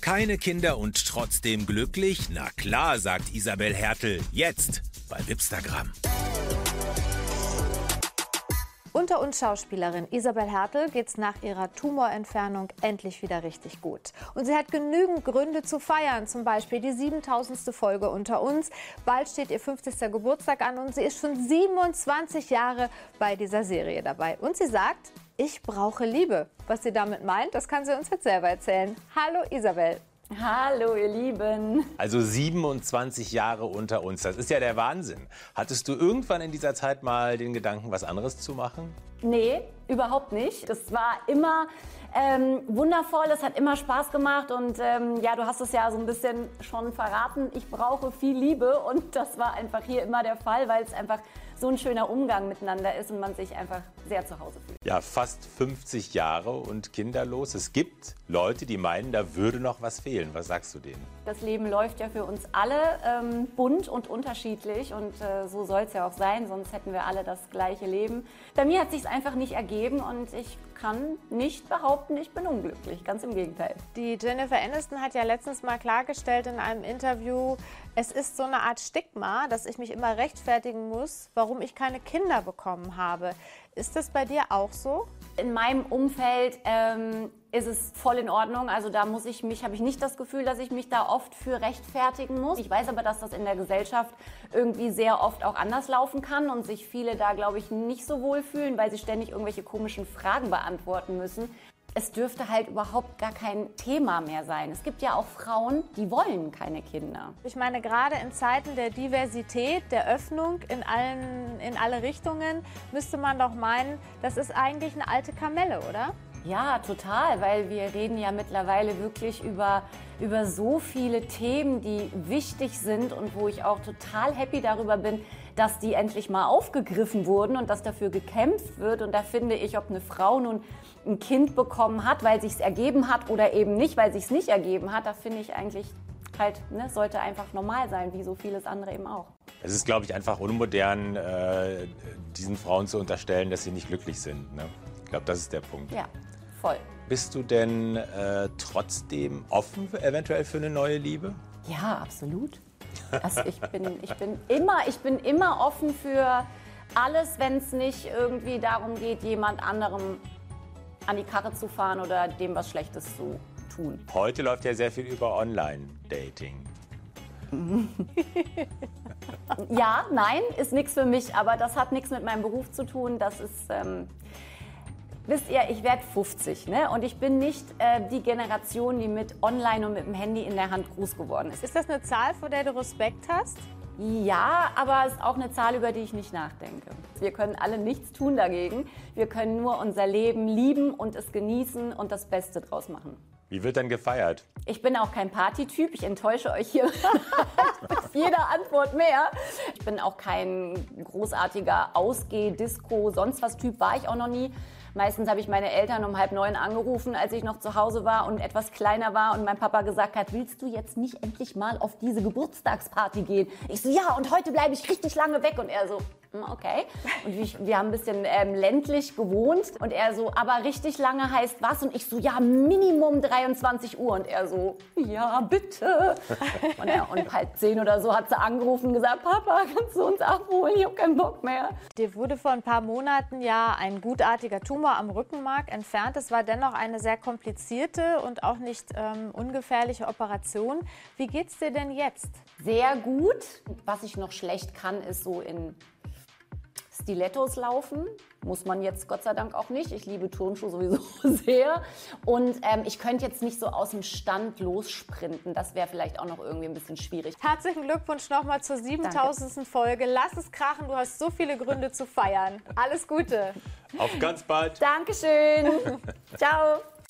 Keine Kinder und trotzdem glücklich? Na klar, sagt Isabel Hertel. Jetzt bei Wipstagram. Unter uns Schauspielerin Isabel Hertel geht's nach ihrer Tumorentfernung endlich wieder richtig gut. Und sie hat genügend Gründe zu feiern, zum Beispiel die 7000. Folge Unter uns. Bald steht ihr 50. Geburtstag an und sie ist schon 27 Jahre bei dieser Serie dabei. Und sie sagt, ich brauche Liebe. Was sie damit meint, das kann sie uns jetzt selber erzählen. Hallo Isabel. Hallo ihr Lieben. Also 27 Jahre Unter uns, das ist ja der Wahnsinn. Hattest du irgendwann in dieser Zeit mal den Gedanken, was anderes zu machen? Nee, überhaupt nicht. Das war immer wundervoll, es hat immer Spaß gemacht und ja, du hast es ja so ein bisschen schon verraten, ich brauche viel Liebe und das war einfach hier immer der Fall, weil es einfach so ein schöner Umgang miteinander ist und man sich einfach sehr zu Hause fühlt. Ja, fast 50 Jahre und kinderlos. Es gibt Leute, die meinen, da würde noch was fehlen. Was sagst du denen? Das Leben läuft ja für uns alle bunt und unterschiedlich und so soll es ja auch sein, sonst hätten wir alle das gleiche Leben. Bei mir hat es sich einfach nicht ergeben und ich kann nicht behaupten, ich bin unglücklich. Ganz im Gegenteil. Die Jennifer Aniston hat ja letztens mal klargestellt in einem Interview, es ist so eine Art Stigma, dass ich mich immer rechtfertigen muss, warum ich keine Kinder bekommen habe. Ist das bei dir auch so? In meinem Umfeld ist es voll in Ordnung. Also da habe ich nicht das Gefühl, dass ich mich da oft für rechtfertigen muss. Ich weiß aber, dass das in der Gesellschaft irgendwie sehr oft auch anders laufen kann und sich viele da, glaube ich, nicht so wohl fühlen, weil sie ständig irgendwelche komischen Fragen beantworten müssen. Es dürfte halt überhaupt gar kein Thema mehr sein. Es gibt ja auch Frauen, die wollen keine Kinder. Ich meine, gerade in Zeiten der Diversität, der Öffnung in alle Richtungen, müsste man doch meinen, das ist eigentlich eine alte Kamelle, oder? Ja, total, weil wir reden ja mittlerweile wirklich über so viele Themen, die wichtig sind und wo ich auch total happy darüber bin, dass die endlich mal aufgegriffen wurden und dass dafür gekämpft wird. Und da finde ich, ob eine Frau nun ein Kind bekommen hat, weil sich's ergeben hat oder eben nicht, weil sich's nicht ergeben hat, da finde ich eigentlich halt, sollte einfach normal sein, wie so vieles andere eben auch. Es ist, glaube ich, einfach unmodern, diesen Frauen zu unterstellen, dass sie nicht glücklich sind. Ne? Ich glaube, das ist der Punkt. Ja, voll. Bist du denn trotzdem offen eventuell für eine neue Liebe? Ja, absolut. Also ich bin immer offen für alles, wenn es nicht irgendwie darum geht, jemand anderem an die Karre zu fahren oder dem was Schlechtes zu tun. Heute läuft ja sehr viel über Online-Dating. Ja, nein, ist nichts für mich, aber das hat nichts mit meinem Beruf zu tun. Das ist, wisst ihr, ich werde 50, ne? Und ich bin nicht die Generation, die mit Online und mit dem Handy in der Hand groß geworden ist. Ist das eine Zahl, vor der du Respekt hast? Ja, aber es ist auch eine Zahl, über die ich nicht nachdenke. Wir können alle nichts tun dagegen. Wir können nur unser Leben lieben und es genießen und das Beste draus machen. Wie wird dann gefeiert? Ich bin auch kein Partytyp. Ich enttäusche euch hier mit jeder Antwort mehr. Ich bin auch kein großartiger Ausgeh-, Disco-, sonst was Typ, war ich auch noch nie. Meistens habe ich meine Eltern um 8:30 angerufen, als ich noch zu Hause war und etwas kleiner war und mein Papa gesagt hat, willst du jetzt nicht endlich mal auf diese Geburtstagsparty gehen? Ich so, ja, und heute bleibe ich richtig lange weg. Und er so, okay. Und wir haben ein bisschen ländlich gewohnt und er so, aber richtig lange heißt was? Und ich so, ja, Minimum 23 Uhr. Und er so, ja, bitte. Und 9:30 oder so hat sie angerufen und gesagt, Papa, kannst du uns abholen? Ich habe keinen Bock mehr. Dir wurde vor ein paar Monaten ja ein gutartiger Tumor am Rückenmark entfernt. Es war dennoch eine sehr komplizierte und auch nicht ungefährliche Operation. Wie geht's dir denn jetzt? Sehr gut. Was ich noch schlecht kann, ist so in Stilettos laufen. Muss man jetzt Gott sei Dank auch nicht. Ich liebe Turnschuhe sowieso sehr. Und ich könnte jetzt nicht so aus dem Stand lossprinten. Das wäre vielleicht auch noch irgendwie ein bisschen schwierig. Herzlichen Glückwunsch nochmal zur 7000. Folge. Lass es krachen, du hast so viele Gründe zu feiern. Alles Gute. Auf ganz bald. Dankeschön. Ciao.